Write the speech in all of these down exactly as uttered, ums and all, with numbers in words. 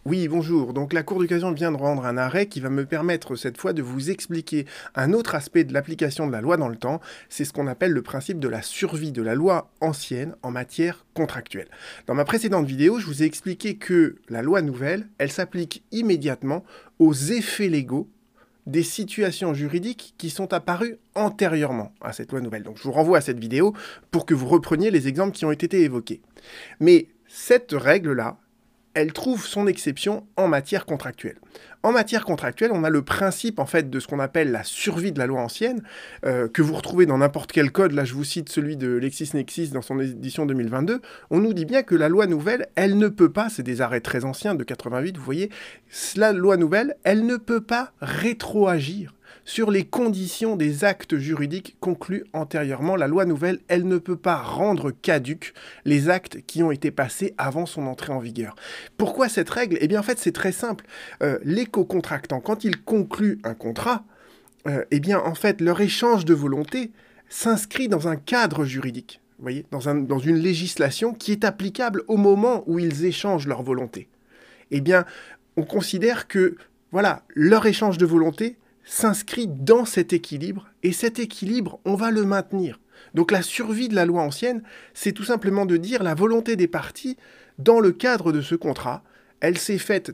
Oui, bonjour. Donc la Cour d'occasion vient de rendre un arrêt qui va me permettre cette fois de vous expliquer un autre aspect de l'application de la loi dans le temps. C'est ce qu'on appelle le principe de la survie de la loi ancienne en matière contractuelle. Dans ma précédente vidéo, je vous ai expliqué que la loi nouvelle, elle s'applique immédiatement aux effets légaux des situations juridiques qui sont apparues antérieurement à cette loi nouvelle. Donc je vous renvoie à cette vidéo pour que vous repreniez les exemples qui ont été évoqués. Mais cette règle-là, elle trouve son exception en matière contractuelle. En matière contractuelle, on a le principe en fait de ce qu'on appelle la survie de la loi ancienne, euh, que vous retrouvez dans n'importe quel code. Là, je vous cite celui de LexisNexis dans son édition deux mille vingt-deux. On nous dit bien que la loi nouvelle, elle ne peut pas, c'est des arrêts très anciens de quatre-vingt-huit, vous voyez, la loi nouvelle, elle ne peut pas rétroagir sur les conditions des actes juridiques conclus antérieurement. La loi nouvelle, elle ne peut pas rendre caducs les actes qui ont été passés avant son entrée en vigueur. Pourquoi cette règle? Eh bien, en fait, c'est très simple. Euh, les co-contractants, quand ils concluent un contrat, euh, eh bien, en fait, leur échange de volonté s'inscrit dans un cadre juridique, vous voyez, dans, un, dans une législation qui est applicable au moment où ils échangent leur volonté. Eh bien, on considère que, voilà, leur échange de volonté s'inscrit dans cet équilibre, et cet équilibre, on va le maintenir. Donc la survie de la loi ancienne, c'est tout simplement de dire la volonté des parties, dans le cadre de ce contrat, elle s'est faite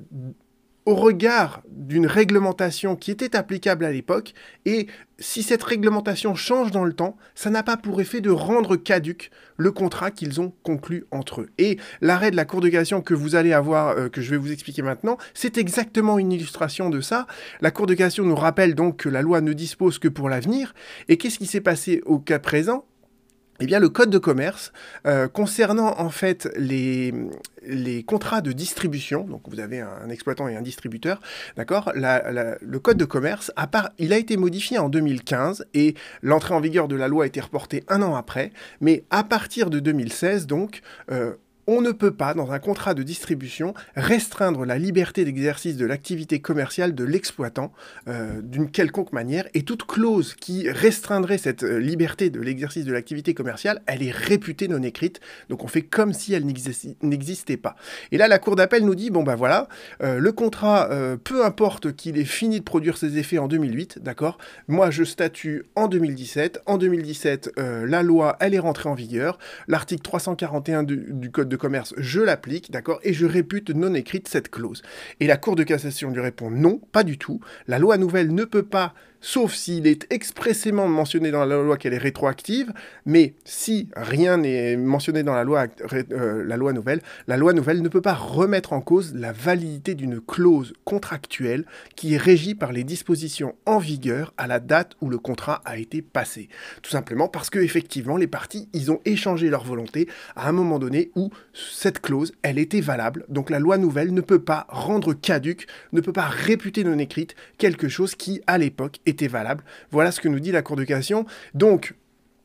au regard d'une réglementation qui était applicable à l'époque, et si cette réglementation change dans le temps, ça n'a pas pour effet de rendre caduc le contrat qu'ils ont conclu entre eux. Et l'arrêt de la Cour de cassation que vous allez avoir, euh, que je vais vous expliquer maintenant, c'est exactement une illustration de ça. La Cour de cassation nous rappelle donc que la loi ne dispose que pour l'avenir, et qu'est-ce qui s'est passé au cas présent ? Eh bien, le code de commerce, euh, concernant en fait les, les contrats de distribution, donc vous avez un, un exploitant et un distributeur, d'accord, la, la, le code de commerce, à part, il a été modifié en deux mille quinze et l'entrée en vigueur de la loi a été reportée un an après, mais à partir de deux mille seize, donc, euh, on ne peut pas, dans un contrat de distribution, restreindre la liberté d'exercice de l'activité commerciale de l'exploitant euh, d'une quelconque manière, et toute clause qui restreindrait cette euh, liberté de l'exercice de l'activité commerciale, elle est réputée non écrite, donc on fait comme si elle n'existait pas. Et là, la Cour d'appel nous dit, bon ben voilà, euh, le contrat, euh, peu importe qu'il ait fini de produire ses effets en deux mille huit, d'accord, moi je statue en deux mille dix-sept, en deux mille dix-sept, euh, la loi, elle est rentrée en vigueur, l'article trois cent quarante et un du, du Code de commerce, je l'applique, d'accord, et je répute non écrite cette clause. Et la Cour de cassation lui répond non, pas du tout. La loi nouvelle ne peut pas, sauf s'il est expressément mentionné dans la loi qu'elle est rétroactive, mais si rien n'est mentionné dans la loi, euh, la loi nouvelle, la loi nouvelle ne peut pas remettre en cause la validité d'une clause contractuelle qui est régie par les dispositions en vigueur à la date où le contrat a été passé. Tout simplement parce que, effectivement, les parties, ils ont échangé leur volonté à un moment donné où cette clause, elle était valable. Donc la loi nouvelle ne peut pas rendre caduque, ne peut pas réputer non écrite quelque chose qui, à l'époque, était valable. Voilà ce que nous dit la Cour de cassation. Donc,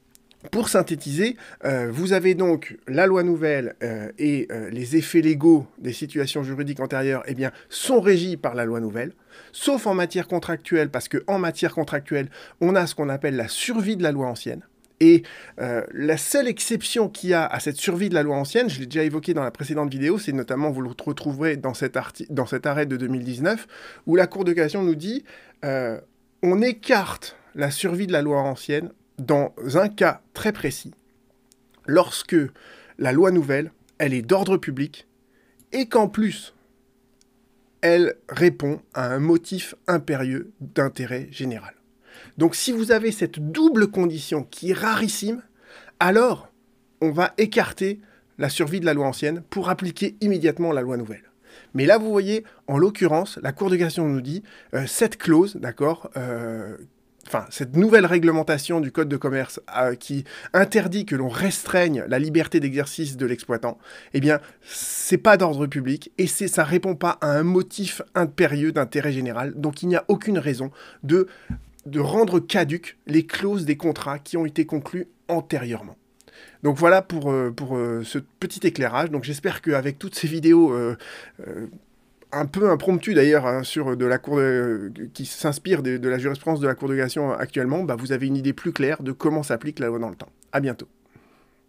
pour synthétiser, euh, vous avez donc la loi nouvelle euh, et euh, les effets légaux des situations juridiques antérieures, eh bien, sont régis par la loi nouvelle, sauf en matière contractuelle, parce qu'en matière contractuelle, on a ce qu'on appelle la survie de la loi ancienne. Et euh, la seule exception qu'il y a à cette survie de la loi ancienne, je l'ai déjà évoqué dans la précédente vidéo, c'est notamment, vous le retrouverez dans cet, dans cet arrêt de deux mille dix-neuf, où la Cour de cassation nous dit euh, on écarte la survie de la loi ancienne dans un cas très précis, lorsque la loi nouvelle, elle est d'ordre public, et qu'en plus, elle répond à un motif impérieux d'intérêt général. Donc si vous avez cette double condition qui est rarissime, alors on va écarter la survie de la loi ancienne pour appliquer immédiatement la loi nouvelle. Mais là, vous voyez, en l'occurrence, la Cour de cassation nous dit, euh, cette clause, d'accord, euh, enfin, cette nouvelle réglementation du Code de commerce euh, qui interdit que l'on restreigne la liberté d'exercice de l'exploitant, eh bien, c'est pas d'ordre public et c'est, ça répond pas à un motif impérieux d'intérêt général. Donc, il n'y a aucune raison de de rendre caduques les clauses des contrats qui ont été conclus antérieurement. Donc voilà pour, euh, pour euh, ce petit éclairage. Donc j'espère qu'avec toutes ces vidéos euh, euh, un peu impromptues d'ailleurs hein, sur de la cour de, qui s'inspirent de, de la jurisprudence de la Cour de cassation actuellement, bah, vous avez une idée plus claire de comment s'applique la loi dans le temps. À bientôt.